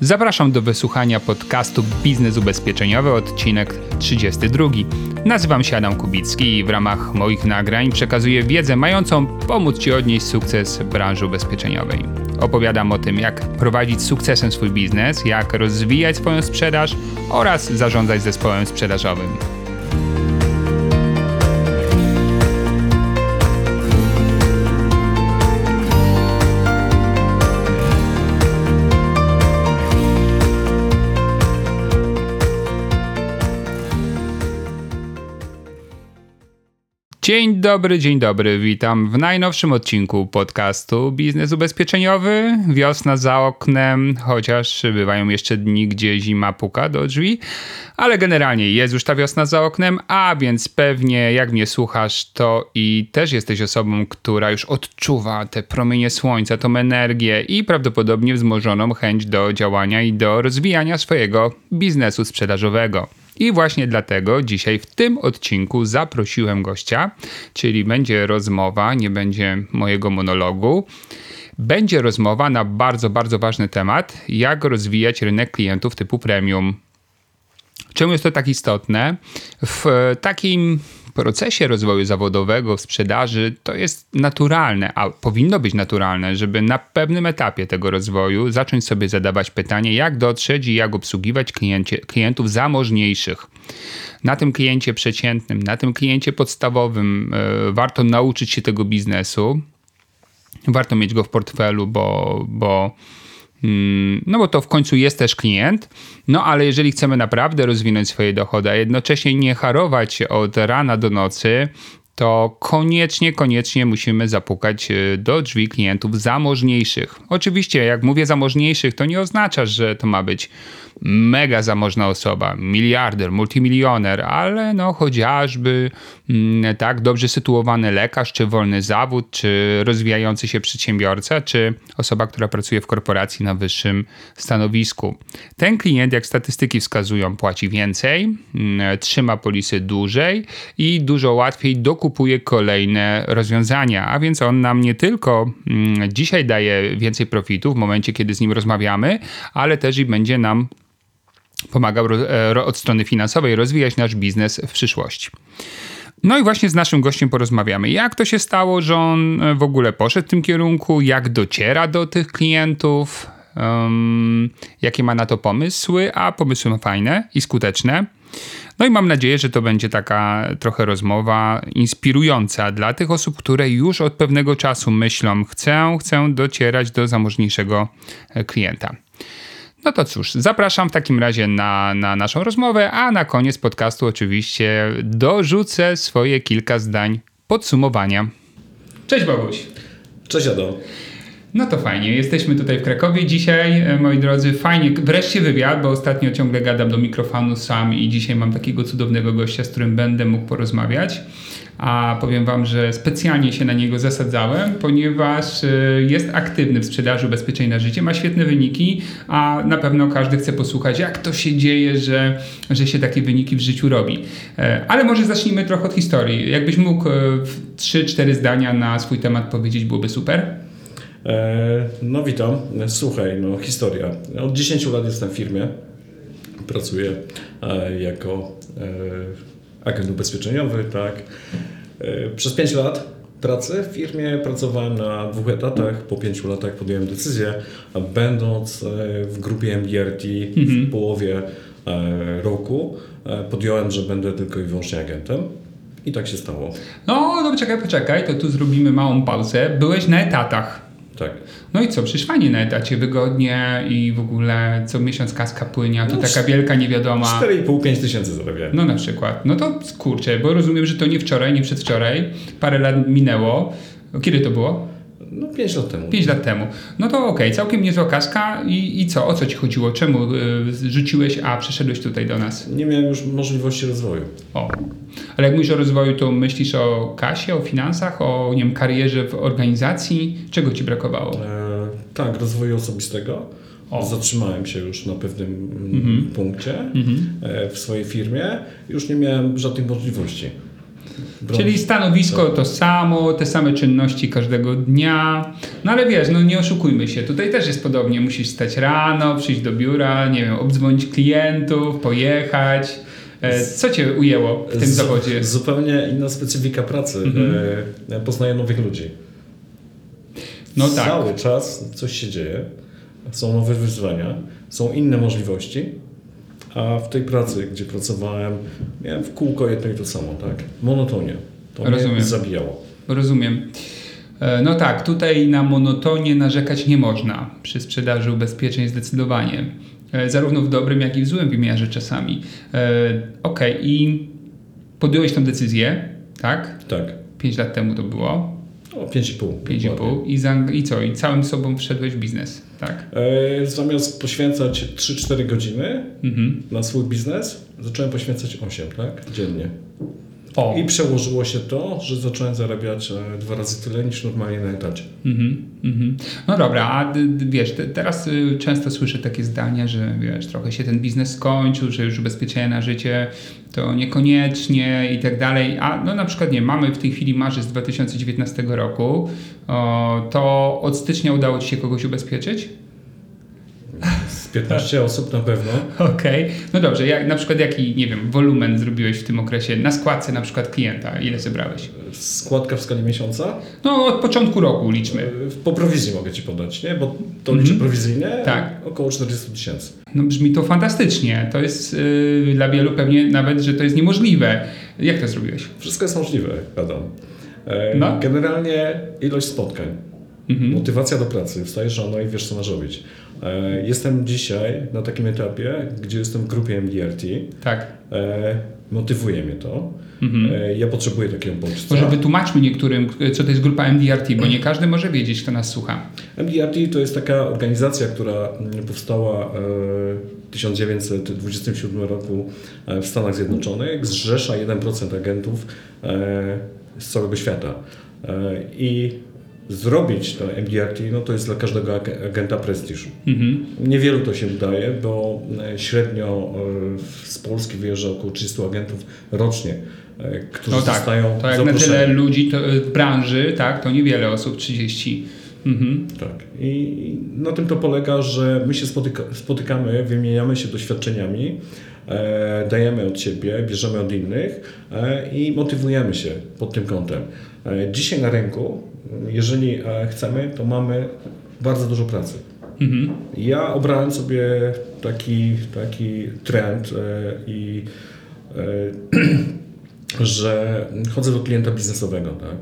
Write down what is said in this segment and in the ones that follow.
Zapraszam do wysłuchania podcastu Biznes Ubezpieczeniowy, odcinek 32. Nazywam się Adam Kubicki i w ramach moich nagrań przekazuję wiedzę mającą pomóc Ci odnieść sukces w branży ubezpieczeniowej. Opowiadam o tym, jak prowadzić z sukcesem swój biznes, jak rozwijać swoją sprzedaż oraz zarządzać zespołem sprzedażowym. Dzień dobry, witam w najnowszym odcinku podcastu Biznes Ubezpieczeniowy. Wiosna za oknem, chociaż bywają jeszcze dni, gdzie zima puka do drzwi, ale generalnie jest już ta wiosna za oknem, a więc pewnie jak mnie słuchasz, to i też jesteś osobą, która już odczuwa te promienie słońca, tą energię i prawdopodobnie wzmożoną chęć do działania i do rozwijania swojego biznesu sprzedażowego. I właśnie dlatego dzisiaj w tym odcinku zaprosiłem gościa, czyli będzie rozmowa, nie będzie mojego monologu. Będzie rozmowa na bardzo ważny temat, jak rozwijać rynek klientów typu premium. Czemu jest to tak istotne? W takim procesie rozwoju zawodowego, w sprzedaży, to jest naturalne, a powinno być naturalne, żeby na pewnym etapie tego rozwoju zacząć sobie zadawać pytanie, jak dotrzeć i jak obsługiwać klientów zamożniejszych. Na tym kliencie przeciętnym, na tym kliencie podstawowym warto nauczyć się tego biznesu. Warto mieć go w portfelu, bo to w końcu jest też klient, ale jeżeli chcemy naprawdę rozwinąć swoje dochody, a jednocześnie nie harować od rana do nocy, to koniecznie musimy zapukać do drzwi klientów zamożniejszych. Oczywiście, jak mówię zamożniejszych, to nie oznacza, że to ma być mega zamożna osoba, miliarder, multimilioner, ale chociażby tak dobrze sytuowany lekarz, czy wolny zawód, czy rozwijający się przedsiębiorca, czy osoba, która pracuje w korporacji na wyższym stanowisku. Ten klient, jak statystyki wskazują, płaci więcej, trzyma polisy dłużej i dużo łatwiej dokupuje kolejne rozwiązania, a więc on nam nie tylko dzisiaj daje więcej profitu w momencie, kiedy z nim rozmawiamy, ale też i będzie nam pomagał od strony finansowej rozwijać nasz biznes w przyszłości. No i właśnie z naszym gościem porozmawiamy, jak to się stało, że on w ogóle poszedł w tym kierunku, jak dociera do tych klientów, jakie ma na to pomysły, a pomysły ma fajne i skuteczne. No i mam nadzieję, że to będzie taka trochę rozmowa inspirująca dla tych osób, które już od pewnego czasu myślą, chcą docierać do zamożniejszego klienta. No to cóż, zapraszam w takim razie na naszą rozmowę, a na koniec podcastu oczywiście dorzucę swoje kilka zdań podsumowania. Cześć Boguś. Cześć Adam. No to fajnie, jesteśmy tutaj w Krakowie dzisiaj, moi drodzy, fajnie, wreszcie wywiad, bo ostatnio ciągle gadam do mikrofonu sam i dzisiaj mam takiego cudownego gościa, z którym będę mógł porozmawiać, a powiem wam, że specjalnie się na niego zasadzałem, ponieważ jest aktywny w sprzedaży ubezpieczeń na życie, ma świetne wyniki, a na pewno każdy chce posłuchać, jak to się dzieje, że się takie wyniki w życiu robi. Ale może zacznijmy trochę od historii. Jakbyś mógł 3-4 zdania na swój temat powiedzieć, byłoby super. Witam. Słuchaj, historia. Od 10 lat jestem w firmie. Pracuję jako agent ubezpieczeniowy, tak. Przez 5 lat pracy w firmie pracowałem na 2 etatach. Po 5 latach podjąłem decyzję, będąc w grupie MDRT w połowie roku, podjąłem, że będę tylko i wyłącznie agentem. I tak się stało. No poczekaj, to tu zrobimy małą pauzę. Byłeś na etatach. Tak. No i co, przecież fajnie na etacie, wygodnie i w ogóle co miesiąc kaska płynie, to taka wielka niewiadoma. 4,5-5 tysięcy zarabiałem. No na przykład. No to kurczę, bo rozumiem, że to nie wczoraj, nie przedwczoraj, parę lat minęło. Kiedy to było? 5 lat temu. 5 lat temu. No to okej, całkiem niezła kaska i co? O co ci chodziło? Czemu rzuciłeś, a przyszedłeś tutaj do nas? Nie miałem już możliwości rozwoju. Ale jak mówisz o rozwoju, to myślisz o kasie, o finansach, o karierze w organizacji? Czego ci brakowało? Tak, rozwoju osobistego. Zatrzymałem się już na pewnym punkcie w swojej firmie. Już nie miałem żadnych możliwości. Czyli stanowisko to samo, te same czynności każdego dnia. No ale wiesz, no nie oszukujmy się. Tutaj też jest podobnie. Musisz wstać rano, przyjść do biura, nie wiem, obdzwonić klientów, pojechać. Co cię ujęło w tym zawodzie? Zupełnie inna specyfika pracy. Poznaję nowych ludzi. No tak. Cały czas coś się dzieje. Są nowe wyzwania, są inne możliwości. A w tej pracy, gdzie pracowałem, miałem w kółko jedno i to samo, tak? Monotonię. To mnie zabijało. Rozumiem. No tak, tutaj na monotonię narzekać nie można. Przy sprzedaży ubezpieczeń zdecydowanie. Zarówno w dobrym, jak i w złym wymiarze czasami. Okej, i podjąłeś tę decyzję, tak? Tak. 5 lat temu to było. 5,5. 5,5. I co? I całym sobą wszedłeś w biznes, tak? Zamiast poświęcać 3-4 godziny na swój biznes, zacząłem poświęcać 8, tak? Dziennie. I przełożyło się to, że zacząłem zarabiać 2 razy tyle niż normalnie na etacie. No dobra, a wiesz, teraz często słyszę takie zdania, że wiesz, trochę się ten biznes skończył, że już ubezpieczenia na życie to niekoniecznie i tak dalej. A no na przykład nie, mamy w tej chwili marzec 2019 roku, to od stycznia udało Ci się kogoś ubezpieczyć? Z 15 osób na pewno. Okej. No dobrze, na przykład jaki, nie wiem, wolumen zrobiłeś w tym okresie na składce na przykład klienta? Ile zebrałeś? Składka w skali miesiąca? No od początku roku liczmy. Po prowizji mogę Ci podać, nie? Bo to liczę prowizyjnie. Tak. Około 40 000. No brzmi to fantastycznie. To jest dla wielu pewnie nawet, że to jest niemożliwe. Jak to zrobiłeś? Wszystko jest możliwe, Adam. No. Generalnie ilość spotkań. Motywacja do pracy. Wstajesz rano i wiesz, co masz robić. Jestem dzisiaj na takim etapie, gdzie jestem w grupie MDRT. Tak. Motywuje mnie to. Ja potrzebuję takiego bodźca. Może wytłumaczmy niektórym, co to jest grupa MDRT, bo nie każdy może wiedzieć, kto nas słucha. MDRT to jest taka organizacja, która powstała w 1927 roku w Stanach Zjednoczonych. Zrzesza 1% agentów z całego świata. I zrobić to MDRT, no to jest dla każdego agenta prestiż. Niewielu to się udaje, bo średnio z Polski wyjeżdża około 30 agentów rocznie, którzy zostają to jak zaproszeni. na tyle ludzi to w branży, tak, to niewiele osób, 30. Tak. I na tym to polega, że my się spotykamy, wymieniamy się doświadczeniami, dajemy od siebie, bierzemy od innych i motywujemy się pod tym kątem. Dzisiaj na rynku, jeżeli chcemy, to mamy bardzo dużo pracy. Ja obrałem sobie taki trend że chodzę do klienta biznesowego. Tak?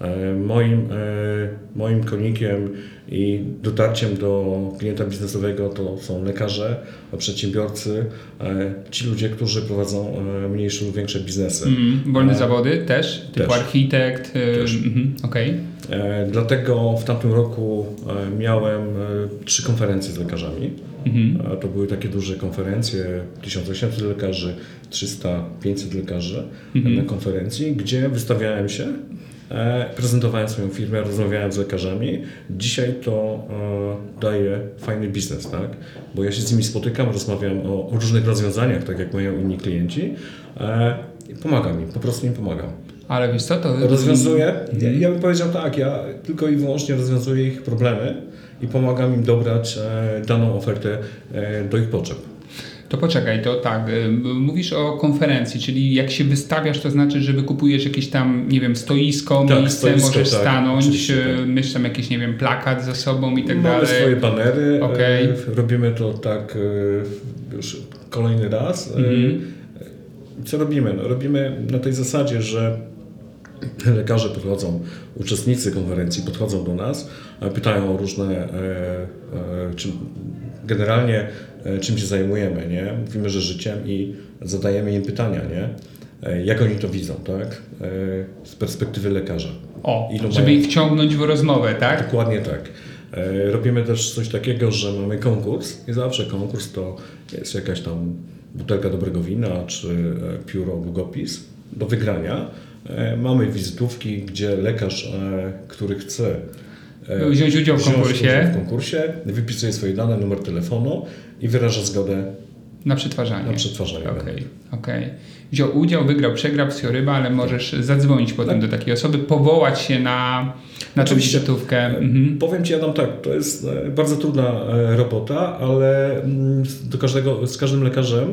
Moim konikiem i dotarciem do klienta biznesowego to są lekarze, przedsiębiorcy, ci ludzie, którzy prowadzą mniejsze lub większe biznesy. Wolne zawody też? Typu architekt? Okej. Dlatego w tamtym roku miałem 3 konferencje z lekarzami. To były takie duże konferencje, 1800 lekarzy, 300-500 lekarzy na konferencji, gdzie wystawiałem się, prezentowałem swoją firmę, rozmawiałem z lekarzami. Dzisiaj to daje fajny biznes, tak? Bo ja się z nimi spotykam, rozmawiam o różnych rozwiązaniach, tak jak mają inni klienci i pomagam im, po prostu im pomagam. Ale wiesz co, to... Rozwiązuję, ja bym powiedział tak, ja tylko i wyłącznie rozwiązuję ich problemy i pomagam im dobrać daną ofertę do ich potrzeb. To poczekaj, to tak, mówisz o konferencji, czyli jak się wystawiasz, to znaczy, że wykupujesz jakieś tam, nie wiem, miejsce, możesz stanąć, myśl tam jakiś, nie wiem, plakat za sobą i tak dalej. Mamy swoje banery, robimy to tak już kolejny raz. Co robimy? No, robimy na tej zasadzie, że lekarze podchodzą, uczestnicy konferencji podchodzą do nas, pytają o różne, generalnie czym się zajmujemy, nie? Mówimy, że życiem i zadajemy im pytania, nie? Jak oni to widzą, tak? Z perspektywy lekarza. Żeby ich wciągnąć w rozmowę, tak? Dokładnie tak. Robimy też coś takiego, że mamy konkurs i zawsze konkurs to jest jakaś tam butelka dobrego wina, czy pióro, długopis do wygrania. Mamy wizytówki, gdzie lekarz, który chce wziąć udział w konkursie, wypisuje swoje dane, numer telefonu i wyraża zgodę na przetwarzanie. Okej. wziął udział, wygrał, przegrał, psioryba, ale możesz zadzwonić potem do takiej osoby, powołać się na tą wizytówkę. Powiem Ci, Adam, tak, to jest bardzo trudna robota, ale z każdym lekarzem,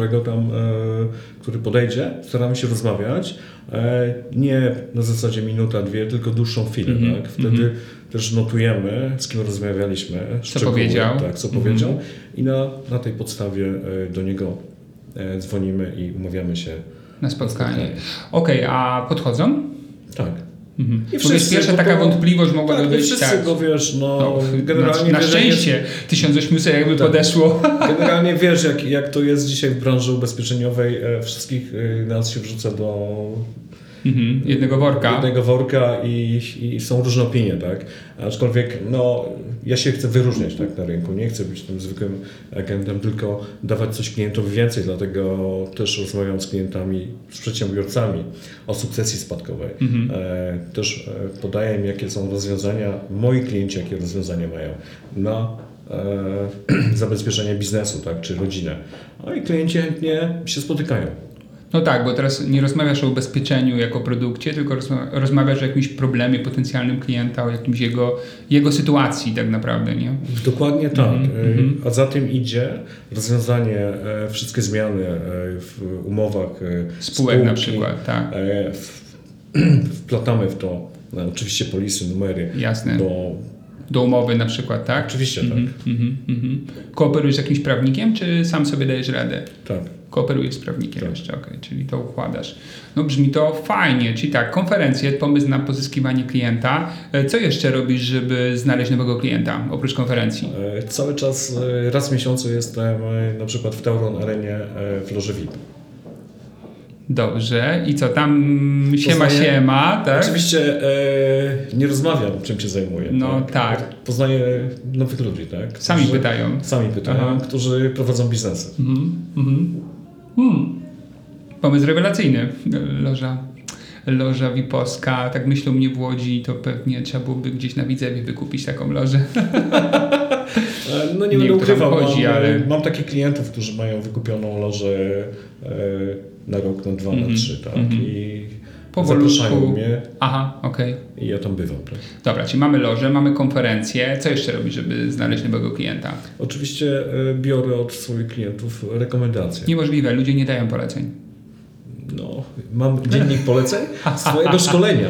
który podejdzie, staramy się rozmawiać. Nie na zasadzie minuta, dwie, tylko dłuższą chwilę. Tak? Wtedy też notujemy, z kim rozmawialiśmy. Co powiedział. Tak, co powiedział. I na tej podstawie do niego dzwonimy i umawiamy się na spotkanie. Okej, a podchodzą? Tak. I wszyscy, pierwsza taka wątpliwość mogła tak, być. Wszyscy go wiesz, generalnie na szczęście 1800 jakby podeszło. Generalnie wiesz, jak to jest dzisiaj w branży ubezpieczeniowej, wszystkich nas się wrzuca do jednego worka i są różne opinie, tak? Aczkolwiek ja się chcę wyróżniać tak na rynku, nie chcę być tym zwykłym agentem, tylko dawać coś klientowi więcej, dlatego też rozmawiam z klientami, z przedsiębiorcami o sukcesji spadkowej. Też podaję im, jakie są rozwiązania, moi klienci, jakie rozwiązania mają na zabezpieczenie biznesu, tak, czy rodzinę. I klienci chętnie się spotykają. No tak, bo teraz nie rozmawiasz o ubezpieczeniu jako produkcie, tylko rozmawiasz o jakimś problemie potencjalnym klienta, o jakimś jego sytuacji tak naprawdę, nie? Dokładnie tak. A za tym idzie rozwiązanie, wszystkie zmiany w umowach spółek na przykład, tak. Wplatamy w to oczywiście polisy, numery. Jasne. Do umowy na przykład, tak? Oczywiście tak. Kooperujesz z jakimś prawnikiem, czy sam sobie dajesz radę? Tak. Kooperujesz z prawnikiem jeszcze, okej, czyli to układasz. No brzmi to fajnie, czyli tak, konferencje, pomysł na pozyskiwanie klienta. Co jeszcze robisz, żeby znaleźć nowego klienta, oprócz konferencji? Cały czas, raz w miesiącu jestem na przykład w Tauron Arenie w loży VIP. Dobrze. I co tam siema, tak? Oczywiście nie rozmawiam, czym się zajmuję. No tak. Poznaję nowych ludzi, tak? Sami pytają. Którzy prowadzą biznesy. Pomysł rewelacyjny. Loża VIP-owska. Tak myślą mnie w Łodzi, to pewnie trzeba byłoby gdzieś na Widzewie wykupić taką lożę. No nie będę ukrywał, mam takich klientów, którzy mają wykupioną lożę na rok, na 2, na 3, tak? I zapraszają mnie. Aha, okej. I ja tam bywam, tak? Dobra, czyli mamy lożę, mamy konferencję. Co jeszcze robisz, żeby znaleźć nowego klienta? Oczywiście biorę od swoich klientów rekomendacje. Niemożliwe, ludzie nie dają poleceń. Mam dziennik poleceń swojego szkolenia.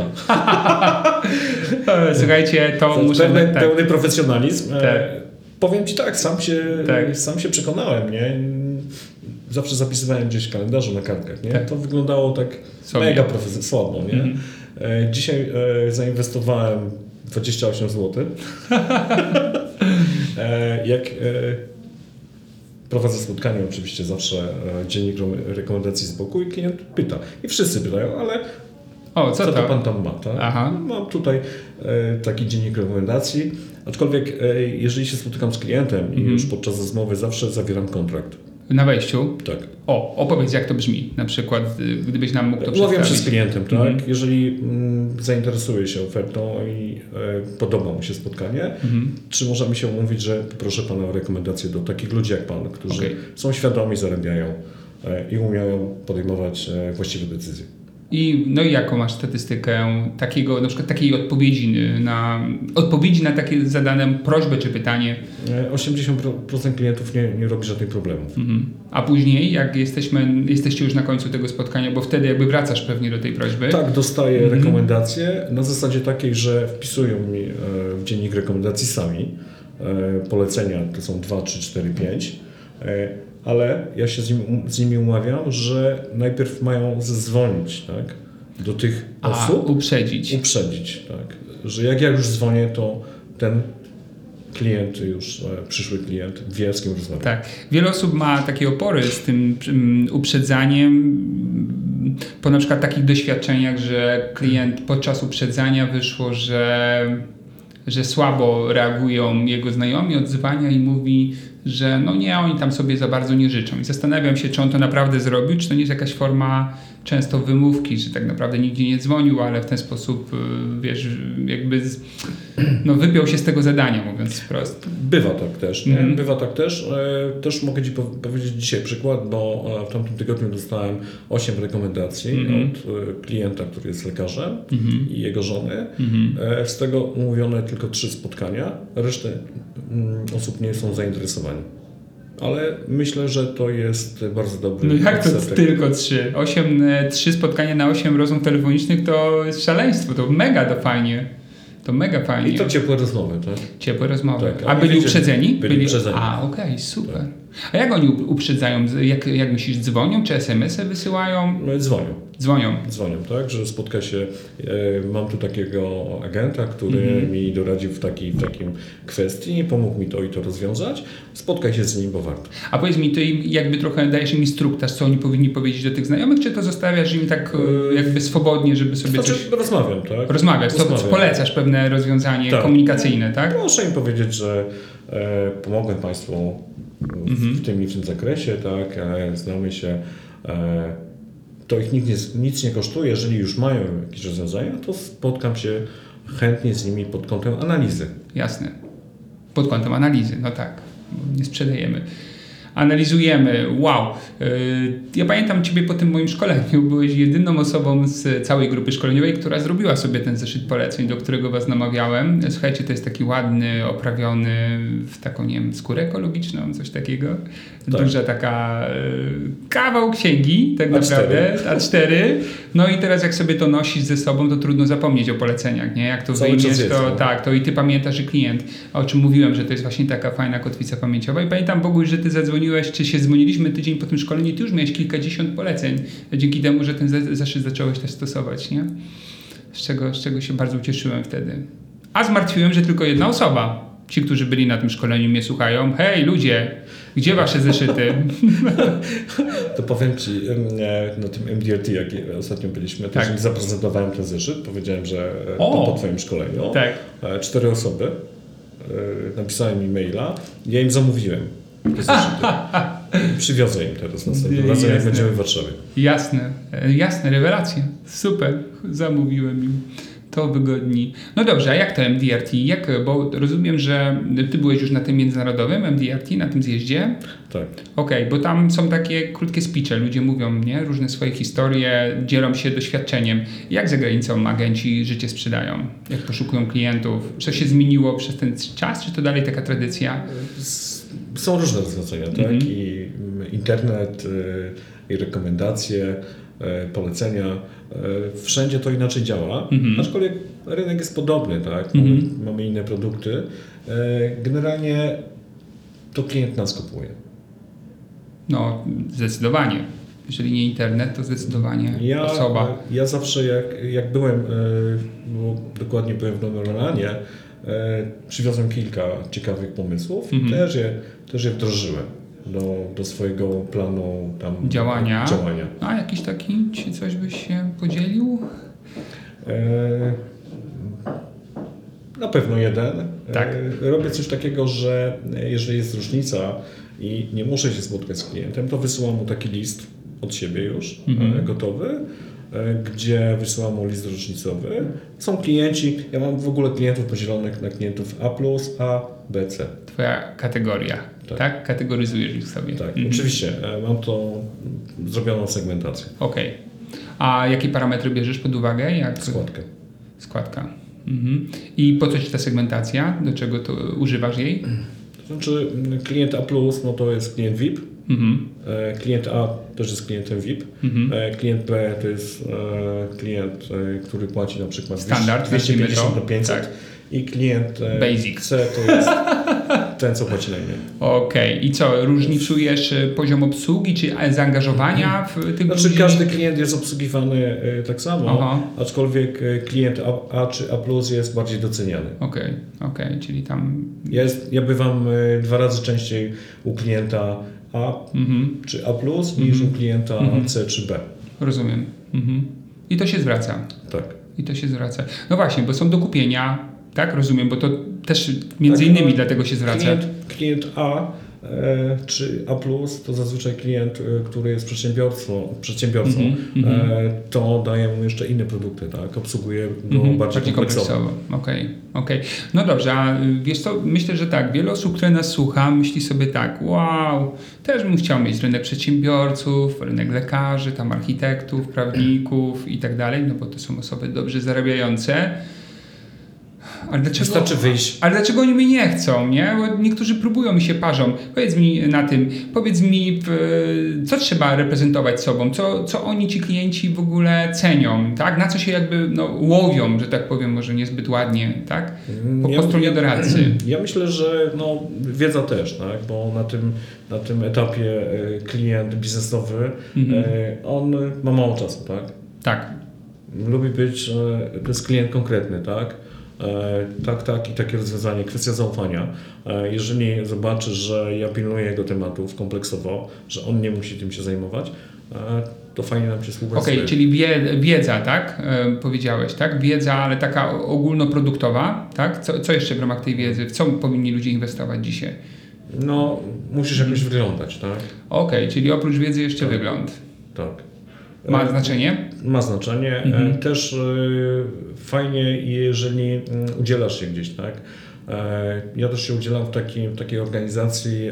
Słuchajcie, to muszę... Pełny profesjonalizm. Tak. Powiem Ci tak, sam się przekonałem, nie? Zawsze zapisywałem gdzieś w kalendarzu na kartkach, nie? Tak. To wyglądało tak mega słabo, nie? Dzisiaj zainwestowałem 28 zł. Jak prowadzę spotkanie, oczywiście zawsze dziennik rekomendacji z boku i klient pyta. I wszyscy pytają, ale co to pan tam ma? Tak? Aha. Mam tutaj taki dziennik rekomendacji, aczkolwiek jeżeli się spotykam z klientem i już podczas rozmowy zawsze zawieram kontrakt. Na wejściu? Tak. Opowiedz, jak to brzmi. Na przykład, gdybyś nam mógł to przedstawić. Umawiam się z klientem, tak? Jeżeli zainteresuje się ofertą i podoba mu się spotkanie, czy możemy się umówić, że proszę pana o rekomendację do takich ludzi jak pan, którzy są świadomi, zarabiają i umieją podejmować właściwe decyzje. I jaką masz statystykę na przykład takiej odpowiedzi na takie zadane prośbę czy pytanie? 80% klientów nie robi żadnych problemów. A później, jak jesteście już na końcu tego spotkania, bo wtedy jakby wracasz pewnie do tej prośby. Tak, dostaję rekomendacje na zasadzie takiej, że wpisują mi w dziennik rekomendacji sami. Polecenia to są 2, 3, 4, 5. Ale ja się z nimi umawiam, że najpierw mają zadzwonić, tak, do tych osób. Uprzedzić, tak. Że jak ja już dzwonię, to ten klient, już przyszły klient wie, z kim rozmawia. Tak. Wiele osób ma takie opory z tym uprzedzaniem, po na przykład takich doświadczeniach, że klient podczas uprzedzania wyszło, że słabo reagują jego znajomi, odzwania i mówi, że no nie, oni tam sobie za bardzo nie życzą. I zastanawiam się, czy on to naprawdę zrobił, czy to nie jest jakaś forma często wymówki, że tak naprawdę nigdzie nie dzwonił, ale w ten sposób, wiesz, jakby wypiął się z tego zadania, mówiąc wprost. Bywa tak też, nie? Bywa tak też. Też mogę Ci powiedzieć dzisiaj przykład, bo w tamtym tygodniu dostałem 8 rekomendacji od klienta, który jest lekarzem i jego żony. Z tego umówione tylko 3 spotkania, resztę osób nie są zainteresowani. Ale myślę, że to jest bardzo dobry No jak to odsetek. tylko 3? 3 spotkania na 8 rozmów telefonicznych to jest szaleństwo, to mega fajnie. To mega fajnie. I to ciepłe rozmowy, tak? Ciepłe rozmowy. Tak, a byli wiecie, uprzedzeni? Byli uprzedzeni. A, okej, super. A jak oni uprzedzają? Jak myślisz, dzwonią czy SMS-y wysyłają? No, Dzwonią. Dzwonią, tak, że spotka się, mam tu takiego agenta, który mi doradził w takim kwestii, pomógł mi to i to rozwiązać, spotkaj się z nim, bo warto. A powiedz mi, ty jakby trochę dajesz im instruktaż, co oni powinni powiedzieć do tych znajomych, czy to zostawiasz im tak jakby swobodnie, żeby sobie Znaczy, coś... rozmawiam, tak? Rozmawiasz, to polecasz pewne rozwiązanie komunikacyjne, tak? Proszę im powiedzieć, że pomogłem Państwu w tym i w tym zakresie, tak, znamy się, to ich nic nie kosztuje, jeżeli już mają jakieś rozwiązania, to spotkam się chętnie z nimi pod kątem analizy. Jasne. Pod kątem analizy, no tak. Nie sprzedajemy. Analizujemy. Wow. Ja pamiętam Ciebie po tym moim szkoleniu. Byłeś jedyną osobą z całej grupy szkoleniowej, która zrobiła sobie ten zeszyt poleceń, do którego Was namawiałem. Słuchajcie, to jest taki ładny, oprawiony w taką, nie wiem, skórę ekologiczną, coś takiego. Tak. Duża taka kawał księgi, tak naprawdę. A4. No i teraz jak sobie to nosisz ze sobą, to trudno zapomnieć o poleceniach, nie? Jak to wyjmiesz, to tak, to i Ty pamiętasz, i klient. O czym mówiłem, że to jest właśnie taka fajna kotwica pamięciowa. I pamiętam, Boguś, że Ty zadzwoniłeś, czy się dzwoniliśmy tydzień po tym szkoleniu, Ty już miałeś kilkadziesiąt poleceń. Dzięki temu, że ten zeszyt zacząłeś też stosować, nie? Z czego się bardzo ucieszyłem wtedy. A zmartwiłem, że tylko jedna osoba. Ci, którzy byli na tym szkoleniu, mnie słuchają. Hej, ludzie, gdzie wasze zeszyty? To powiem Ci, na tym MDRT, jak ostatnio byliśmy, też im zaprezentowałem ten zeszyt. Powiedziałem, że to po Twoim szkoleniu. Tak. 4 osoby napisałem mi maila. Ja im zamówiłem te zeszyty. Przywiozę im teraz następnym razem, jak będziemy w Warszawie. Jasne, rewelacje. Super, zamówiłem im. To wygodni. No dobrze, a jak to MDRT? Bo rozumiem, że Ty byłeś już na tym międzynarodowym MDRT, na tym zjeździe? Tak. Okej, bo tam są takie krótkie speeche, ludzie mówią, nie? Różne swoje historie, dzielą się doświadczeniem. Jak za granicą agenci życie sprzedają? Jak poszukują klientów? Co się zmieniło przez ten czas, czy to dalej taka tradycja? Są różne rozwiązania, tak? I internet, i rekomendacje, polecenia. Wszędzie to inaczej działa, aczkolwiek rynek jest podobny, tak? Mamy inne produkty. Generalnie to klient nas kupuje. No, zdecydowanie. Jeżeli nie internet, to zdecydowanie osoba. Ja zawsze jak byłem, bo dokładnie byłem w Normerlanie, przywiozłem kilka ciekawych pomysłów i też je wdrożyłem do swojego planu tam działania. A jakiś taki, czy coś byś się podzielił? Na pewno jeden. Tak. Robię coś takiego, że jeżeli jest różnica i nie muszę się spotkać z klientem, to wysyłam mu taki list od siebie już gotowy, gdzie wysyłam mu list różnicowy. Są klienci, ja mam w ogóle klientów podzielonych na klientów A+, A, B, C. Twoja kategoria, tak? Kategoryzujesz ich sobie. Tak, oczywiście. Mam to zrobioną segmentację. Okej. A jakie parametry bierzesz pod uwagę? Składka. I po co Ci ta segmentacja? Do czego to używasz jej? To znaczy klient A+, no to jest klient VIP. Klient A też jest klientem VIP. Klient B to jest klient, który płaci na przykład standard 250 do 500. Tak. I klient Basic C to jest ten, co płaci najmniej. Okej. I co, różnicujesz poziom obsługi czy zaangażowania w tych Znaczy każdy klient jest obsługiwany tak samo, aczkolwiek klient A czy A+ jest bardziej doceniany. Okej, czyli tam... Ja bywam 2 razy częściej u klienta A czy A+, niż u klienta C czy B. Rozumiem. I to się zwraca. Tak. No właśnie, bo są do kupienia, tak? Rozumiem, bo to też między innymi dlatego się zwraca. Klient A czy A+, to zazwyczaj klient, który jest przedsiębiorcą, to daje mu jeszcze inne produkty, tak? Obsługuje go bardziej kompleksowo. Okej. No dobrze, a wiesz co, myślę, że tak, wiele osób, które nas słucha, myśli sobie tak, wow, też bym chciał mieć rynek przedsiębiorców, rynek lekarzy, tam architektów, prawników i tak dalej, no bo to są osoby dobrze zarabiające. Wystarczy wyjść. Ale dlaczego oni mnie nie chcą, nie? Bo niektórzy próbują i się parzą. Powiedz mi, co trzeba reprezentować sobą, co oni, ci klienci w ogóle cenią, tak? Na co się jakby łowią, że tak powiem, może niezbyt ładnie, tak? Po stronie doradcy. Ja myślę, że wiedza też, tak? Bo na tym etapie klient biznesowy, on ma mało czasu, tak? Tak. Lubi być, to jest klient konkretny, tak? Tak i takie rozwiązanie, kwestia zaufania. Jeżeli zobaczy, że ja pilnuję jego tematów kompleksowo, że on nie musi tym się zajmować, to fajnie nam się współpracuje. Okej, czyli wiedza, tak? Powiedziałeś, tak? Wiedza, ale taka ogólnoproduktowa, tak? Co jeszcze w ramach tej wiedzy? W co powinni ludzie inwestować dzisiaj? Musisz jakoś wyglądać, tak? Okej, czyli oprócz wiedzy jeszcze wygląd. Tak. Ma znaczenie? Ma znaczenie. Też fajnie, jeżeli udzielasz się gdzieś, tak? Ja też się udzielam w takiej organizacji.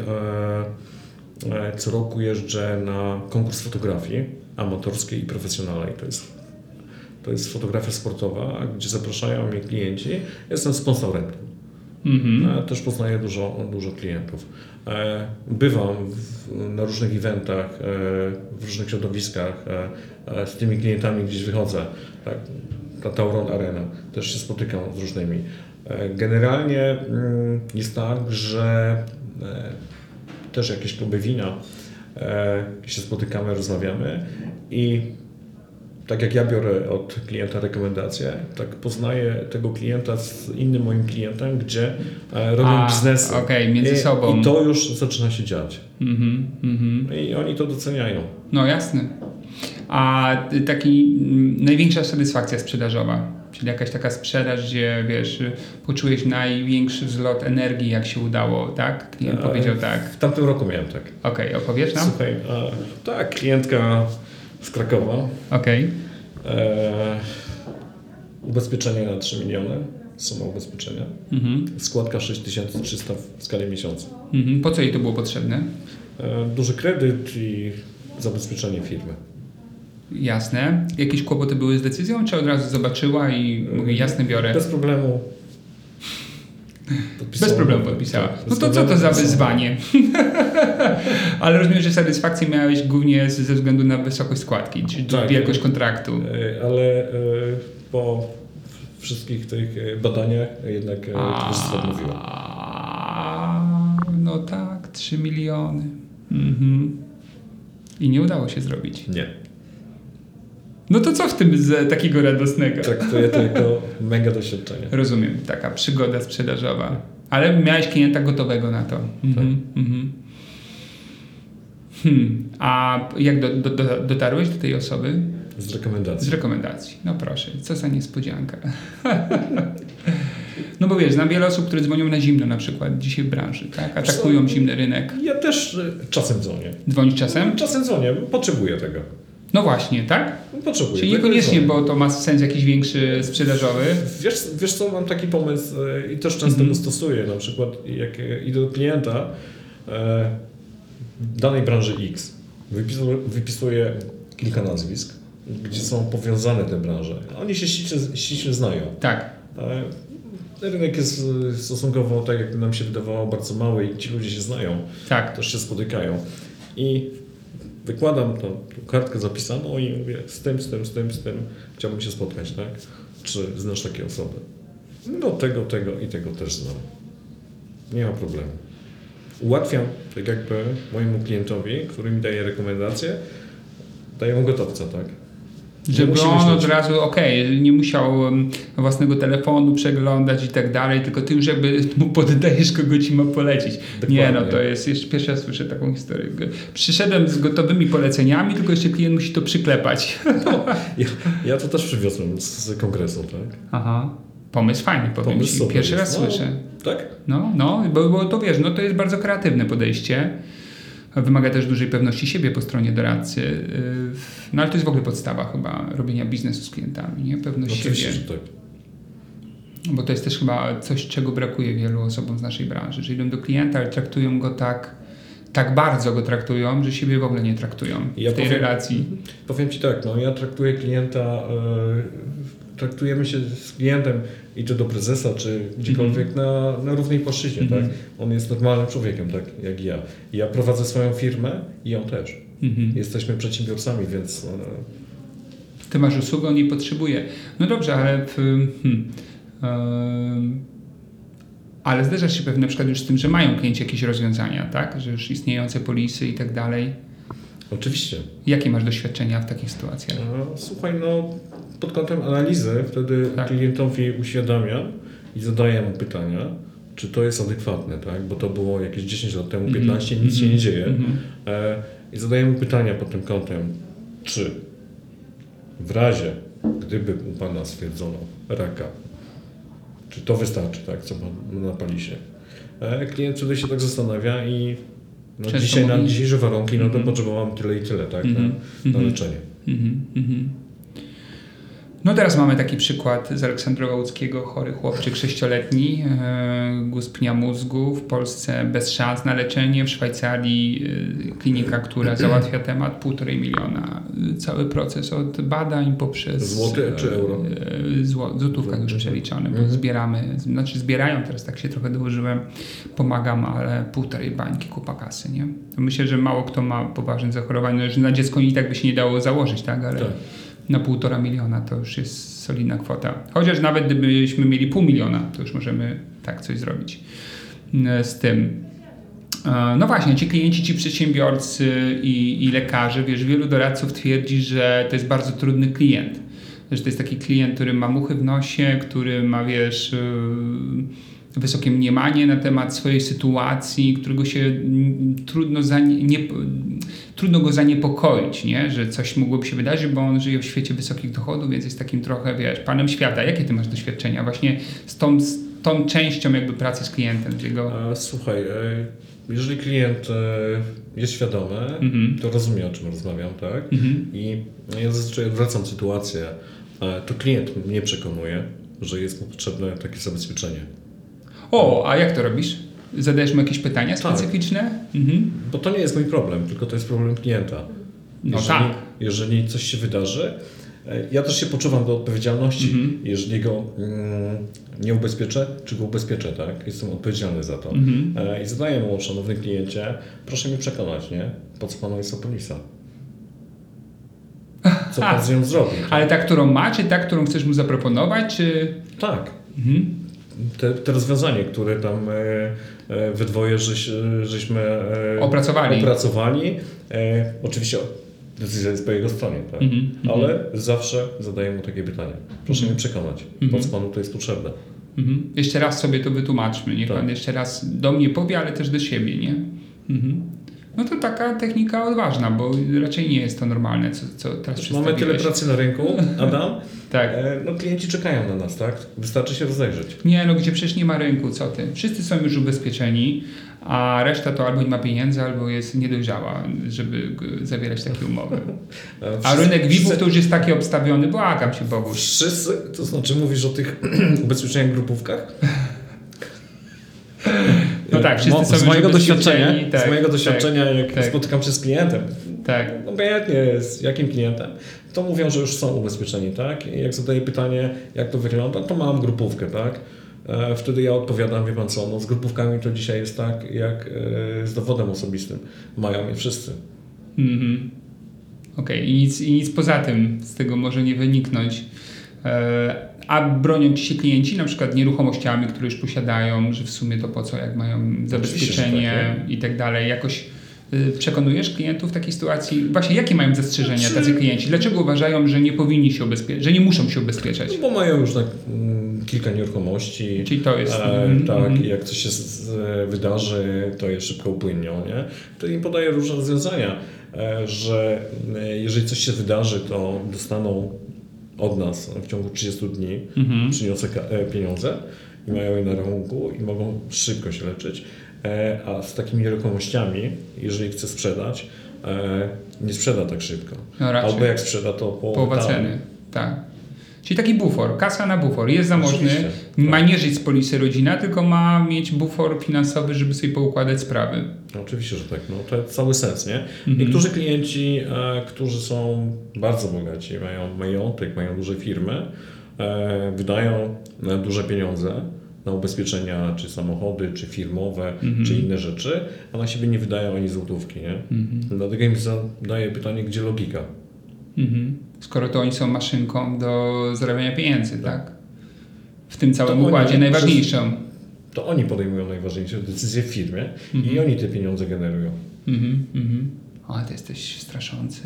Co roku jeżdżę na konkurs fotografii amatorskiej i profesjonalnej. To jest fotografia sportowa, gdzie zapraszają mnie klienci. Jestem sponsorem. Też poznaję dużo klientów. Bywam na różnych eventach, w różnych środowiskach, z tymi klientami gdzieś wychodzę. Tak? Ta Tauron Arena, też się spotykam z różnymi. Generalnie jest tak, że też jakieś kluby wina, się spotykamy, rozmawiamy i tak jak ja biorę od klienta rekomendacje, tak poznaję tego klienta z innym moim klientem, gdzie robią biznesy. Między sobą. I to już zaczyna się dziać. I oni to doceniają. No jasne. A największa satysfakcja sprzedażowa, czyli jakaś taka sprzedaż, gdzie wiesz, poczułeś największy wzlot energii, jak się udało, tak? Klient powiedział tak. W tamtym roku miałem tak. Opowiesz nam? Słuchaj, tak, klientka z Krakowa. Ubezpieczenie na 3 miliony, suma ubezpieczenia. Składka 6300 w skali miesiąca. Po co jej to było potrzebne? Duży kredyt i zabezpieczenie firmy. Jasne. Jakieś kłopoty były z decyzją, czy od razu zobaczyła i mówi, jasne, biorę? Bez problemu. Bez problemu podpisała. No to co to za wyzwanie? Ale rozumiem, że satysfakcję miałeś głównie ze względu na wysokość składki, czy wielkość kontraktu. Ale po wszystkich tych badaniach jednak towarzystwo odmówiło. No tak, 3 miliony. I nie udało się zrobić. Nie. No to co w tym z takiego radosnego? Traktuję to jako mega doświadczenie. Rozumiem, taka przygoda sprzedażowa. Ale miałeś klienta gotowego na to. A jak dotarłeś do tej osoby? Z rekomendacji. Z rekomendacji. No proszę, co za niespodzianka. No bo wiesz, znam wiele osób, które dzwonią na zimno na przykład dzisiaj w branży, tak? Atakują zimny rynek. Ja też czasem dzwonię. Dzwonisz czasem? Czasem dzwonię, potrzebuję tego. No właśnie, tak? Potrzebuję. Czyli niekoniecznie, bo to ma sens jakiś większy sprzedażowy. Wiesz co, mam taki pomysł i też często go stosuję. Na przykład jak idę do klienta danej branży X, wypisuję kilka nazwisk, gdzie są powiązane te branże. Oni się ściśle znają. Tak. Rynek jest stosunkowo, tak jak nam się wydawało, bardzo mały i ci ludzie się znają. Tak. Też się spotykają. I wykładam tą kartkę zapisaną i mówię z tym chciałbym się spotkać, tak? Czy znasz takie osoby? No tego i tego też znam. Nie ma problemu. Ułatwiam tak jakby mojemu klientowi, który mi daje rekomendacje, daję mu gotowca, tak? Żeby on od razu, nie musiał własnego telefonu przeglądać i tak dalej, tylko ty już jakby mu poddajesz, kogo ci ma polecić. Dokładnie. Nie, no to jest, jeszcze pierwszy raz słyszę taką historię. Przyszedłem z gotowymi poleceniami, tylko jeszcze klient musi to przyklepać. No, ja to też przywiozłem z kongresu, tak? Aha. Pomysł fajny, powiem ci. Pierwszy raz słyszę. Tak? No, bo to wiesz, to jest bardzo kreatywne podejście. Wymaga też dużej pewności siebie po stronie doradcy. No ale to jest w ogóle podstawa chyba robienia biznesu z klientami, nie? Pewność Oczywiście, siebie. że tak. Bo to jest też chyba coś, czego brakuje wielu osobom z naszej branży, że idą do klienta, ale traktują go tak bardzo go traktują, że siebie w ogóle nie traktują w tej relacji. Powiem Ci tak, ja traktuję klienta, traktujemy się z klientem i czy do prezesa, czy gdziekolwiek na równej płaszczyźnie, tak? On jest normalnym człowiekiem, tak jak i ja. Ja prowadzę swoją firmę i on też. Jesteśmy przedsiębiorcami, więc... Ty masz usługę, on jej potrzebuje. No dobrze, ale ale zdarza się pewnie na przykład już z tym, że mają klienci jakieś rozwiązania, tak? Że już istniejące polisy i tak dalej. Oczywiście. Jakie masz doświadczenia w takich sytuacjach? Słuchaj, pod kątem analizy wtedy klientowi uświadamiam i zadaję mu pytania, czy to jest adekwatne, tak? Bo to było jakieś 10 lat temu, 15, nic się nie dzieje. I zadaję mu pytania pod tym kątem, czy w razie, gdyby u Pana stwierdzono raka, czy to wystarczy, tak, co ma na palisie. Klient wtedy się tak zastanawia i dzisiaj na dzisiejsze warunki, to potrzebowałem tyle i tyle, tak, na leczenie. No teraz mamy taki przykład z Aleksandrowa Łódzkiego, chory chłopczyk 6-letni, guz pnia mózgu, w Polsce bez szans na leczenie, w Szwajcarii klinika, która załatwia temat, 1,5 miliona. Cały proces od badań poprzez... Złoty czy euro? Złotówka już przeliczone, bo zbierają, teraz tak się trochę dołożyłem, pomagam, ale 1,5 bańki, kupa kasy, nie? Myślę, że mało kto ma poważne zachorowanie, że na dziecko i tak by się nie dało założyć, tak? Ale... Tak. Na 1,5 miliona to już jest solidna kwota. Chociaż nawet gdybyśmy mieli 0,5 miliona, to już możemy tak coś zrobić z tym. No właśnie, ci klienci, ci przedsiębiorcy i lekarze, wiesz, wielu doradców twierdzi, że to jest bardzo trudny klient. Że to jest taki klient, który ma muchy w nosie, który ma, wiesz, wysokie mniemanie na temat swojej sytuacji, którego się trudno go zaniepokoić, nie? Że coś mogłoby się wydarzyć, bo on żyje w świecie wysokich dochodów, więc jest takim trochę, wiesz, panem świata. Jakie ty masz doświadczenia właśnie z tą częścią jakby pracy z klientem? Słuchaj, jeżeli klient jest świadomy, to rozumie, o czym rozmawiam, tak? I ja zazwyczaj odwracam sytuację. To klient mnie przekonuje, że jest mu potrzebne takie zabezpieczenie. A jak to robisz? Zadajesz mu jakieś pytania specyficzne? Bo to nie jest mój problem, tylko to jest problem klienta. Jeżeli coś się wydarzy, ja też się poczuwam do odpowiedzialności. Jeżeli go nie ubezpieczę, czy go ubezpieczę, tak? Jestem odpowiedzialny za to. I zadaję mu, szanowny kliencie, proszę mnie przekonać, nie? Po co Panu jest ta polisa? Co Pan z nią zrobi? Tak? Ale ta, którą ma, czy ta, którą chcesz mu zaproponować, czy... Tak. Te rozwiązanie, które tam we dwoje żeśmy opracowali. Oczywiście decyzja jest po jego stronie, tak? Ale zawsze zadaję mu takie pytanie. Proszę mnie przekonać, po co Panu to jest potrzebne. Jeszcze raz sobie to wytłumaczmy. Niech Pan jeszcze raz do mnie powie, ale też do siebie, nie? No to taka technika odważna, bo raczej nie jest to normalne, co teraz przedstawiłeś. Mamy tyle pracy na rynku, Adam. Tak. Klienci czekają na nas, tak? Wystarczy się rozejrzeć. Nie, gdzie przecież nie ma rynku, co ty? Wszyscy są już ubezpieczeni, a reszta to albo nie ma pieniędzy, albo jest niedojrzała, żeby zawierać takie umowy. A rynek VIP-ów to już jest taki obstawiony, błagam cię Bogu. Wszyscy? To znaczy mówisz o tych ubezpieczeniach grupówkach? No tak, wszyscy są z mojego doświadczenia, jak spotykam się z klientem, obojętnie z jakim klientem, to mówią, że już są ubezpieczeni, tak? I jak zadaję pytanie, jak to wygląda, to mam grupówkę, tak? Wtedy ja odpowiadam, wie Pan co, z grupówkami to dzisiaj jest tak, jak z dowodem osobistym. Mają je wszyscy. Okej, i nic poza tym z tego może nie wyniknąć. A bronią ci się klienci na przykład nieruchomościami, które już posiadają, że w sumie to po co, jak mają zabezpieczenie i tak dalej. Jakoś przekonujesz klientów w takiej sytuacji? Właśnie jakie mają zastrzeżenia tacy klienci? Dlaczego uważają, że nie powinni się ubezpieczać, że nie muszą się ubezpieczać? No bo mają już tak kilka nieruchomości. Czyli to jest... i jak coś się wydarzy, to je szybko upłynnią, nie? To im podaję różne rozwiązania, że jeżeli coś się wydarzy, to dostaną od nas w ciągu 30 dni przyniosę pieniądze i mają je na rachunku i mogą szybko się leczyć, a z takimi nieruchomościami, jeżeli chce sprzedać, nie sprzeda tak szybko. No albo jak sprzeda, to połowa ceny. Tak. Czyli taki bufor, kasa na bufor. Jest zamożny, ma nie żyć z polisy rodzina, tylko ma mieć bufor finansowy, żeby sobie poukładać sprawy. No, oczywiście, że tak. No, to jest cały sens, nie? Niektórzy klienci, którzy są bardzo bogaci, mają majątek, mają duże firmy, wydają duże pieniądze na ubezpieczenia, czy samochody, czy firmowe, czy inne rzeczy, a na siebie nie wydają ani złotówki, nie? Dlatego mi zadaję pytanie, gdzie logika? Skoro to oni są maszynką do zarabiania pieniędzy, tak? W tym całym układzie najważniejszą. To oni podejmują najważniejsze decyzje w firmie i oni te pieniądze generują. O, ty jesteś straszący.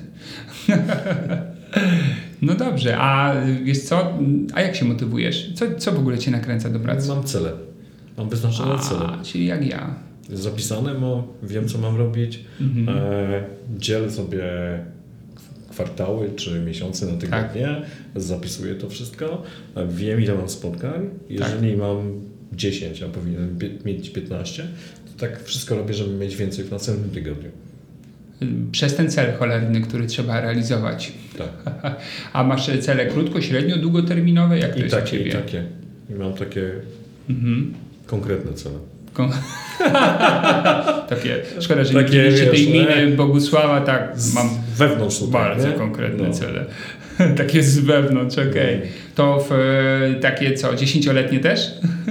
No dobrze, a wiesz co? A jak się motywujesz? Co w ogóle cię nakręca do pracy? Mam cele. Mam wyznaczone cele. Czyli jak ja. Zapisane, wiem co mam robić. Dzielę sobie kwartały czy miesiące na tygodnie. Zapisuję to wszystko. Wiem ile mam spotkań. Jeżeli mam 10, a powinienem mieć 15, to tak wszystko robię, żeby mieć więcej w następnym tygodniu. Przez ten cel cholerny, który trzeba realizować. Tak. A masz cele krótko, średnio, długoterminowe? Jak to jest u ciebie? I takie. I mam takie konkretne cele. Takie, szkoda, że nie widzieliście tej miny Bogusława, tak mam wewnątrz bardzo konkretne cele. Takie z wewnątrz, okej. To takie co, 10-letnie też?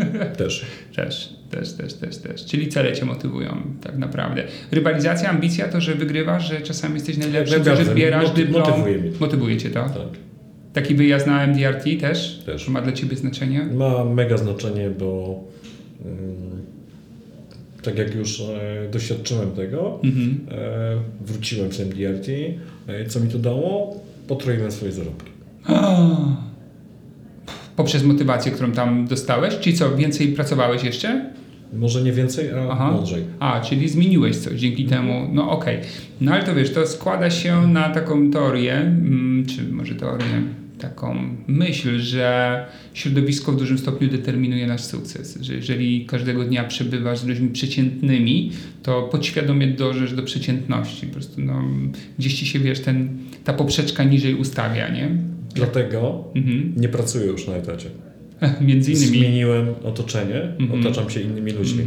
Też. Czyli cele cię motywują tak naprawdę. Rywalizacja, ambicja to, że wygrywasz, że czasami jesteś najlepszy, że zbierasz dyplom. Motywuje cię to? Tak. Taki wyjazd na MDRT też? Ma dla ciebie znaczenie? Ma mega znaczenie, bo tak jak już doświadczyłem tego, wróciłem z MDRT, co mi to dało? Potroiłem swoje zarobki. Poprzez motywację, którą tam dostałeś? Czyli co, więcej pracowałeś jeszcze? Może nie więcej, a mądrzej. Czyli zmieniłeś coś dzięki temu. No okej. No ale to wiesz, to składa się na taką teorię, czy może teorię, taką myśl, że środowisko w dużym stopniu determinuje nasz sukces. Że jeżeli każdego dnia przebywasz z ludźmi przeciętnymi, to podświadomie dążysz do przeciętności. Po prostu gdzieś ci się, wiesz, ta poprzeczka niżej ustawia, nie? Dlatego nie pracuję już na etacie. Między innymi. Zmieniłem otoczenie, otaczam się innymi ludźmi.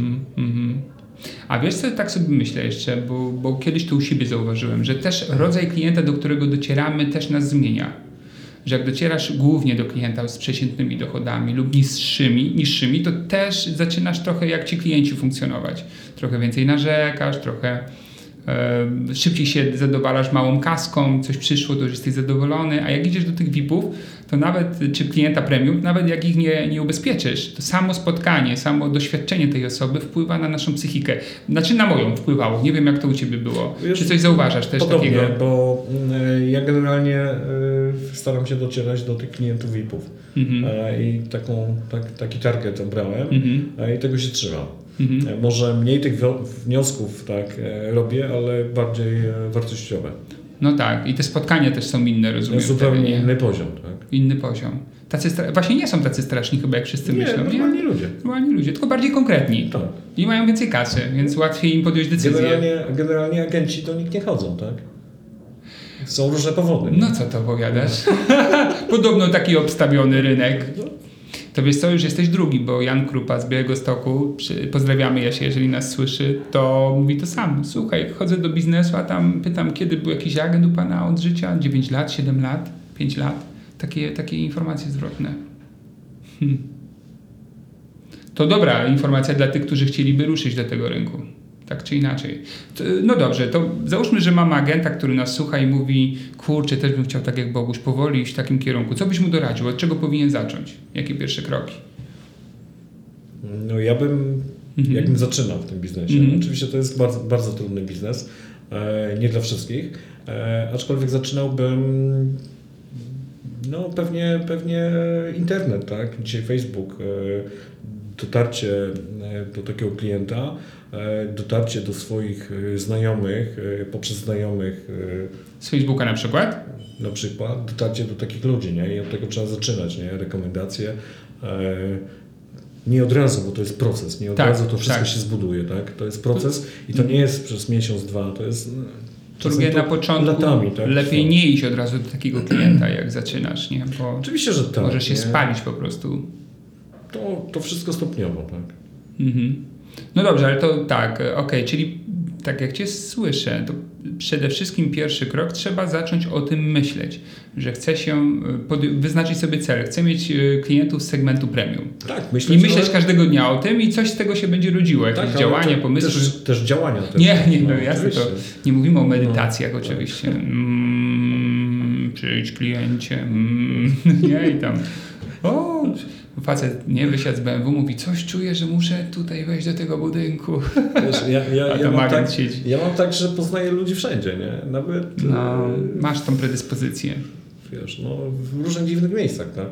A wiesz co, tak sobie myślę jeszcze, bo kiedyś to u siebie zauważyłem, że też rodzaj klienta, do którego docieramy, też nas zmienia. Że jak docierasz głównie do klienta z przeciętnymi dochodami lub niższymi, to też zaczynasz trochę jak ci klienci funkcjonować. Trochę więcej narzekasz, trochę szybciej się zadowalasz małą kaską, coś przyszło, to już jesteś zadowolony, a jak idziesz do tych VIP-ów, to nawet, czy klienta premium, nawet jak ich nie ubezpieczysz, to samo spotkanie, samo doświadczenie tej osoby wpływa na naszą psychikę. Znaczy na moją wpływało. Nie wiem, jak to u ciebie było. Wiesz, czy coś zauważasz też podobnie, takiego? Bo ja generalnie staram się docierać do tych klientów VIP-ów. I taki target brałem i tego się trzymam. Może mniej tych wniosków robię, ale bardziej wartościowe. No tak, i te spotkania też są inne, rozumiem. Zupełnie inny poziom, tak? Inny poziom. Właśnie nie są tacy straszni chyba, jak wszyscy myślą. Normalni ludzie. Normalni ludzie, tylko bardziej konkretni. Tak. I mają więcej kasy, więc łatwiej im podjąć decyzję. Generalnie agenci do nich nie chodzą, tak? Są różne powody. No co to powiadasz? Podobno taki obstawiony rynek. To wiesz co, już jesteś drugi, bo Jan Krupa z Białegostoku, pozdrawiamy Jasie, jeżeli nas słyszy, to mówi to samo. Słuchaj, chodzę do biznesu, a tam pytam, kiedy był jakiś agent u pana od życia? 9 lat, 7 lat, 5 lat? Takie informacje zwrotne. To dobra informacja dla tych, którzy chcieliby ruszyć do tego rynku. Tak czy inaczej. No dobrze, to załóżmy, że mamy agenta, który nas słucha i mówi, kurczę, też bym chciał tak jak Boguś powoli iść w takim kierunku. Co byś mu doradził? Od czego powinien zacząć? Jakie pierwsze kroki? No ja bym, jakbym zaczynał w tym biznesie. Oczywiście to jest bardzo, bardzo trudny biznes. Nie dla wszystkich. Aczkolwiek zaczynałbym pewnie internet, tak? Dzisiaj Facebook. Dotarcie do takiego klienta, dotarcie do swoich znajomych, poprzez znajomych. Z Facebooka na przykład? Na przykład, dotarcie do takich ludzi, nie? I od tego trzeba zaczynać, nie? Rekomendacje. nie od razu, bo to jest proces, nie od Tak, razu to wszystko tak. się zbuduje, tak? To jest proces i to nie jest przez miesiąc, dwa, to jest Drugie na początku latami, tak? lepiej nie iść od razu do takiego klienta, jak zaczynasz, nie? Bo oczywiście, że tak. możesz się nie? spalić po prostu. To wszystko stopniowo, tak? Mhm. No dobrze, ale to tak, okej, czyli tak jak Cię słyszę, to przede wszystkim pierwszy krok trzeba zacząć o tym myśleć, że chce się wyznaczyć sobie cel, chcę mieć klientów z segmentu premium. Tak, I myśleć każdego dnia o tym i coś z tego się będzie rodziło, jakieś działania, pomysły. Też działania. Też, Nie, no jasne, to nie mówimy o medytacjach No, oczywiście. Przyjdź kliencie, nie i tam. O, facet nie wysiadł z BMW, mówi, coś czuję, że muszę tutaj wejść do tego budynku. Wiesz, siedzi. ja mam tak, że poznaję ludzi wszędzie, nie? Nawet... No, masz tą predyspozycję. Wiesz, w różnych dziwnych miejscach, tak?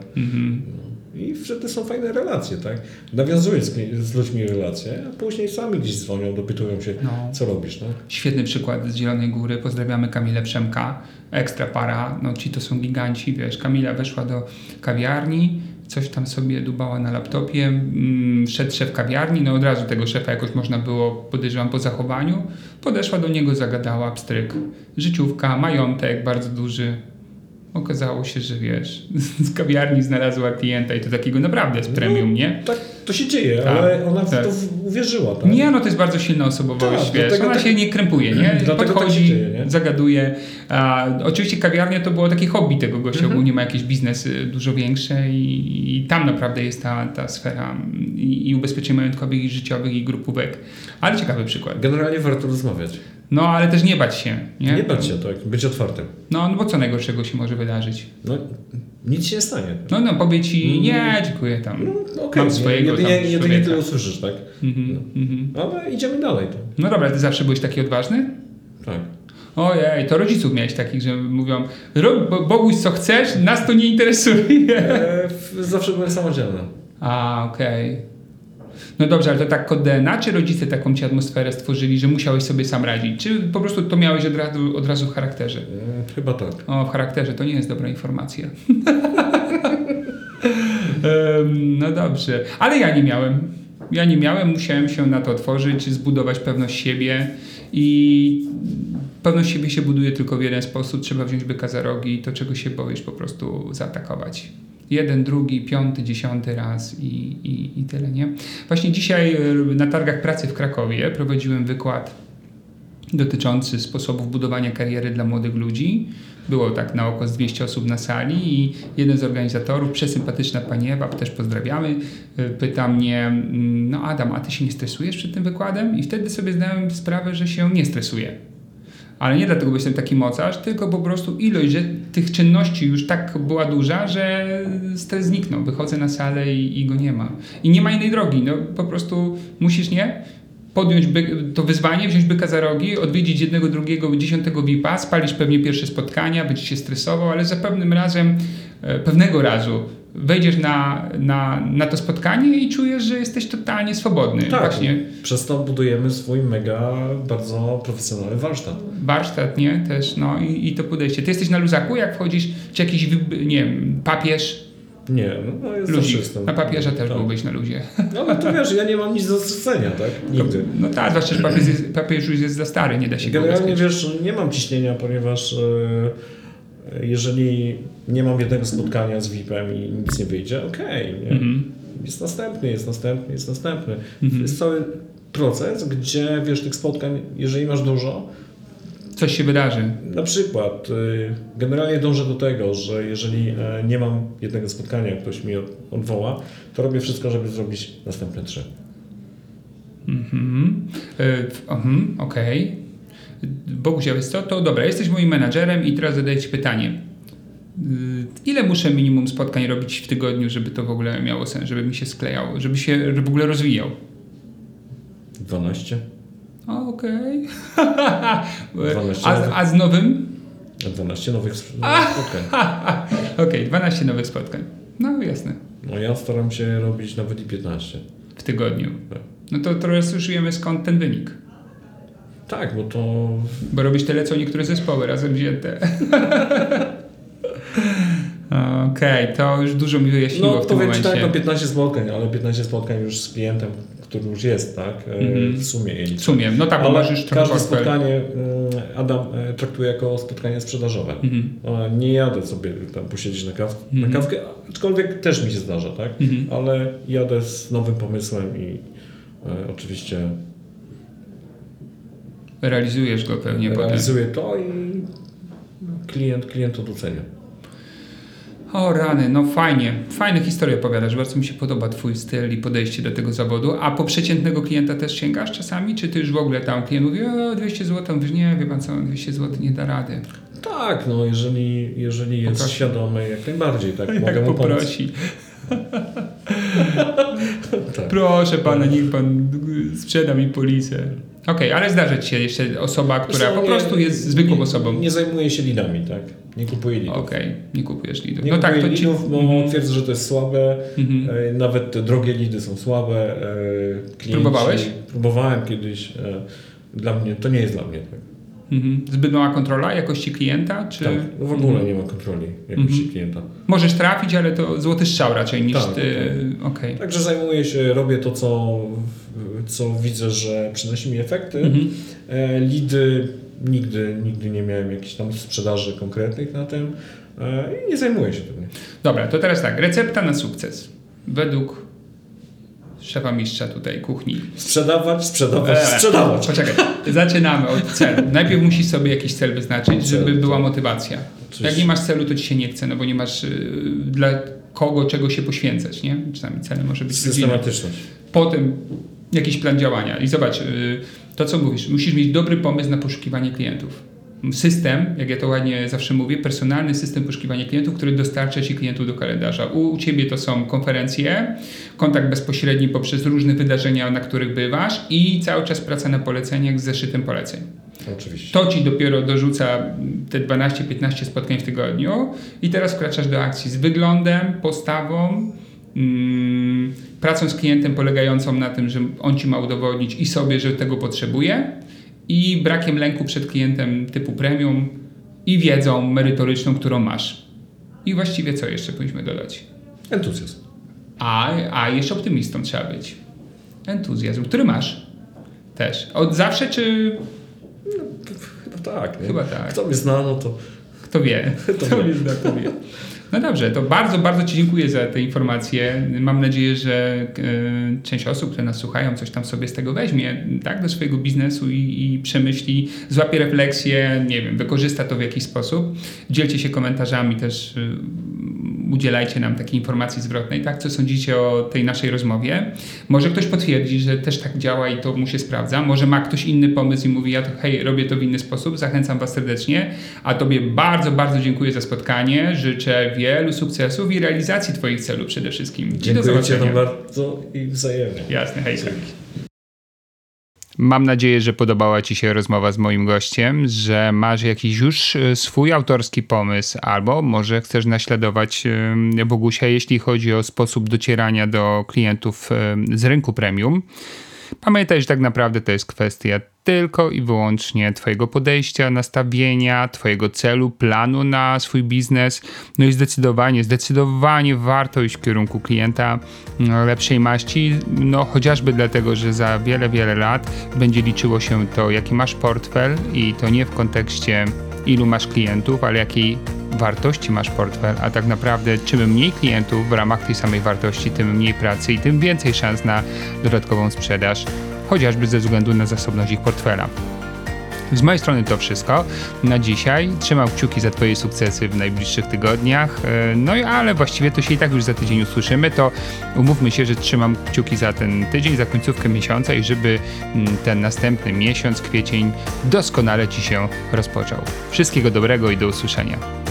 I wtedy są fajne relacje, tak? Nawiązując z ludźmi relacje, a później sami gdzieś dzwonią, dopytują się, co robisz, no? Świetny przykład z Zielonej Góry. Pozdrawiamy Kamilę Przemka. Ekstra para. No ci to są giganci, wiesz. Kamila weszła do kawiarni, coś tam sobie dubała na laptopie. Wszedł szef kawiarni, no od razu tego szefa jakoś można było, podejrzewam, po zachowaniu. Podeszła do niego, zagadała, pstryk. Życiówka, majątek bardzo duży. Okazało się, że wiesz, z kawiarni znalazła klienta i to takiego naprawdę z premium, nie? Tak, to się dzieje, tak, ale ona w to uwierzyła, tak? Nie, no to jest bardzo silna osobowość, tak, wiesz, ona się nie krępuje, nie? Podchodzi, tak dzieje, nie? zagaduje. Oczywiście kawiarnia to było takie hobby tego gościa, ogólnie ma jakieś biznesy dużo większe i tam naprawdę jest ta sfera i ubezpieczeń majątkowych, i życiowych, i grupówek. Ale ciekawy przykład. Generalnie warto rozmawiać. No, ale też nie bać się, nie? Nie bać się, tak. Być otwartym. No bo co najgorszego się może wydarzyć? No, nic się nie stanie. No, powie ci, nie, dziękuję tam. No, okay. Mam swojego nie tyle usłyszysz, tak? Ale idziemy dalej. To. No dobra, ty zawsze byłeś taki odważny? Tak. Ojej, to rodziców miałeś takich, że mówią, rób Boguś co chcesz, nas to nie interesuje. Zawsze byłem samodzielny. Okej. No dobrze, ale to tak kod DNA, czy rodzice taką ci atmosferę stworzyli, że musiałeś sobie sam radzić? Czy po prostu to miałeś od razu w charakterze? Chyba tak. O, w charakterze, to nie jest dobra informacja. No dobrze, ale ja nie miałem, musiałem się na to otworzyć, zbudować pewność siebie i pewność siebie się buduje tylko w jeden sposób, trzeba wziąć byka za rogi i to, czego się boisz, po prostu zaatakować. 1, 2, 5, 10 raz i tyle, nie? Właśnie dzisiaj na targach pracy w Krakowie prowadziłem wykład dotyczący sposobów budowania kariery dla młodych ludzi. Było tak na oko z 200 osób na sali i jeden z organizatorów, przesympatyczna pani Ewa, też pozdrawiamy, pyta mnie, no Adam, a ty się nie stresujesz przed tym wykładem? I wtedy sobie zdałem sprawę, że się nie stresuję. Ale nie dlatego, bo jestem taki mocarz, tylko po prostu ilość tych czynności już tak była duża, że stres zniknął. Wychodzę na salę i go nie ma. I nie ma innej drogi. No, po prostu musisz, podjąć to wyzwanie, wziąć byka za rogi, odwiedzić jednego, drugiego, 10 VIP-a, spalisz pewnie pierwsze spotkania, będziesz się stresował, ale za pewnego razu wejdziesz na to spotkanie i czujesz, że jesteś totalnie swobodny. Tak, właśnie. Przez to budujemy swój bardzo profesjonalny warsztat. Warsztat, nie? Też, no i to podejście. Ty jesteś na luzaku, jak wchodzisz, czy jakiś, nie wiem, papież? Nie, no jest Luzik. zawsze Na papieża też byłbyś na luzie. No ale to wiesz, ja nie mam nic do stracenia, tak? Nigdy. No tak, zwłaszcza, że papież już jest za stary, nie da się go generalnie, ubezpieczyć. wiesz, nie mam ciśnienia, ponieważ jeżeli nie mam jednego spotkania z VIP-em i nic nie wyjdzie, jest następny. To jest cały proces, gdzie, wiesz, tych spotkań, jeżeli masz dużo, coś się wydarzy. na przykład, generalnie dążę do tego, że jeżeli nie mam jednego spotkania, ktoś mi odwoła, to robię wszystko, żeby zrobić następne 3. Okej. Boguś, wiesz co, to dobra, jesteś moim menadżerem i teraz zadaję ci pytanie. Ile muszę minimum spotkań robić w tygodniu, żeby to w ogóle miało sens, żeby mi się sklejało, żeby się w ogóle rozwijał? 12. Okej. 12 A z nowym? 12 nowych spotkań. Okej, 12 nowych spotkań. No jasne. No ja staram się robić nawet i 15. W tygodniu. Tak. No to teraz już wiemy, skąd ten wynik. Tak, bo to... Bo robisz tyle, co niektóre zespoły razem wzięte. Okej, to już dużo mi wyjaśniło w tym powiem Ci momencie. tak, 15 spotkań, ale 15 spotkań już z klientem, który już jest, tak? W sumie. W sumie, no tak, bo masz już trochę każde portfel. spotkanie Adam traktuje jako spotkanie sprzedażowe. Nie jadę sobie tam posiedzieć na kawkę, aczkolwiek też mi się zdarza, tak? Ale jadę z nowym pomysłem i oczywiście Realizujesz go pewnie potem. realizuję to i klient to docenia. O rany, no fajnie. Fajne historie opowiadasz. Bardzo mi się podoba twój styl i podejście do tego zawodu. A po przeciętnego klienta też sięgasz czasami? Czy ty już w ogóle tam klient mówi, 200 zł? Mówisz, nie, wie pan co, 200 zł nie da rady. Tak, no jeżeli jest Poprosi. świadomy, jak najbardziej, tak? Jak Mogę mu pomóc. poprosi. Tak. Proszę pana, niech pan sprzeda mi polisę. Okej, ale zdarza ci się jeszcze osoba, która po prostu jest zwykłą osobą. Nie zajmuje się lidami, tak? Nie kupuje lidów. Okej, nie kupujesz lidów. Nie No tak, kupuję to ci... lidów, bo twierdzę, że to jest słabe. Nawet te drogie lidy są słabe. Klienci, Próbowałeś? Próbowałem kiedyś. Dla mnie, to nie jest dla mnie. Tak? Zbyt mała kontrola jakości klienta? Czy... Tak, w ogóle nie ma kontroli jakości klienta. Możesz trafić, ale to złoty strzał raczej niż Tak, ty... tak. Okej. Także zajmuję się, robię to, co widzę, że przynosi mi efekty. Lidy nigdy nie miałem jakichś tam sprzedaży konkretnych na tym i nie zajmuję się tym. Dobra, to teraz tak. Recepta na sukces. Według szefa mistrza tutaj kuchni. Sprzedawać. Poczekaj, zaczynamy od celu. Najpierw musisz sobie jakiś cel wyznaczyć, żeby była motywacja. Oczywiście. Jak nie masz celu, to ci się nie chce, no bo nie masz dla kogo czego się poświęcać, nie? Czasami celem może być godzina. Systematyczność. Potem jakiś plan działania. I zobacz, to co mówisz, musisz mieć dobry pomysł na poszukiwanie klientów. System, jak ja to ładnie zawsze mówię, personalny system poszukiwania klientów, który dostarcza ci klientów do kalendarza. U ciebie to są konferencje, kontakt bezpośredni poprzez różne wydarzenia, na których bywasz i cały czas praca na poleceniach z zeszytem poleceń. Oczywiście. To ci dopiero dorzuca te 12-15 spotkań w tygodniu i teraz wkraczasz do akcji z wyglądem, postawą, pracą z klientem polegającą na tym, że on ci ma udowodnić i sobie, że tego potrzebuje i brakiem lęku przed klientem typu premium i wiedzą merytoryczną, którą masz. I właściwie co jeszcze powinniśmy dodać? Entuzjazm. A jeszcze optymistą trzeba być. Entuzjazm, który masz też. Od zawsze czy... Chyba tak. Nie? Chyba tak. Kto mnie zna, no to... Kto wie? Kto mnie zna, kto wie. No dobrze, to bardzo, bardzo ci dziękuję za te informacje. Mam nadzieję, że część osób, które nas słuchają, coś tam sobie z tego weźmie, tak, do swojego biznesu i przemyśli, złapie refleksję, nie wiem, wykorzysta to w jakiś sposób. Dzielcie się komentarzami też, udzielajcie nam takiej informacji zwrotnej, tak, co sądzicie o tej naszej rozmowie. Może ktoś potwierdzi, że też tak działa i to mu się sprawdza. Może ma ktoś inny pomysł i mówi, ja to hej, robię to w inny sposób. Zachęcam was serdecznie. A tobie bardzo, bardzo dziękuję za spotkanie. Życzę wielu sukcesów i realizacji twoich celów przede wszystkim. Dziękuję ci bardzo i wzajemnie. Jasne, hej. Mam nadzieję, że podobała ci się rozmowa z moim gościem, że masz jakiś już swój autorski pomysł, albo może chcesz naśladować Bogusia, jeśli chodzi o sposób docierania do klientów z rynku premium. Pamiętaj, że tak naprawdę to jest kwestia tylko i wyłącznie twojego podejścia, nastawienia, twojego celu, planu na swój biznes. No i zdecydowanie warto iść w kierunku klienta lepszej maści, no chociażby dlatego, że za wiele, wiele lat będzie liczyło się to, jaki masz portfel i to nie w kontekście ilu masz klientów, ale jakiej wartości masz portfel, a tak naprawdę czym mniej klientów w ramach tej samej wartości, tym mniej pracy i tym więcej szans na dodatkową sprzedaż, chociażby ze względu na zasobność ich portfela. Z mojej strony to wszystko na dzisiaj. Trzymam kciuki za twoje sukcesy w najbliższych tygodniach. No ale właściwie to się i tak już za tydzień usłyszymy, to umówmy się, że trzymam kciuki za ten tydzień, za końcówkę miesiąca i żeby ten następny miesiąc, kwiecień, doskonale ci się rozpoczął. Wszystkiego dobrego i do usłyszenia.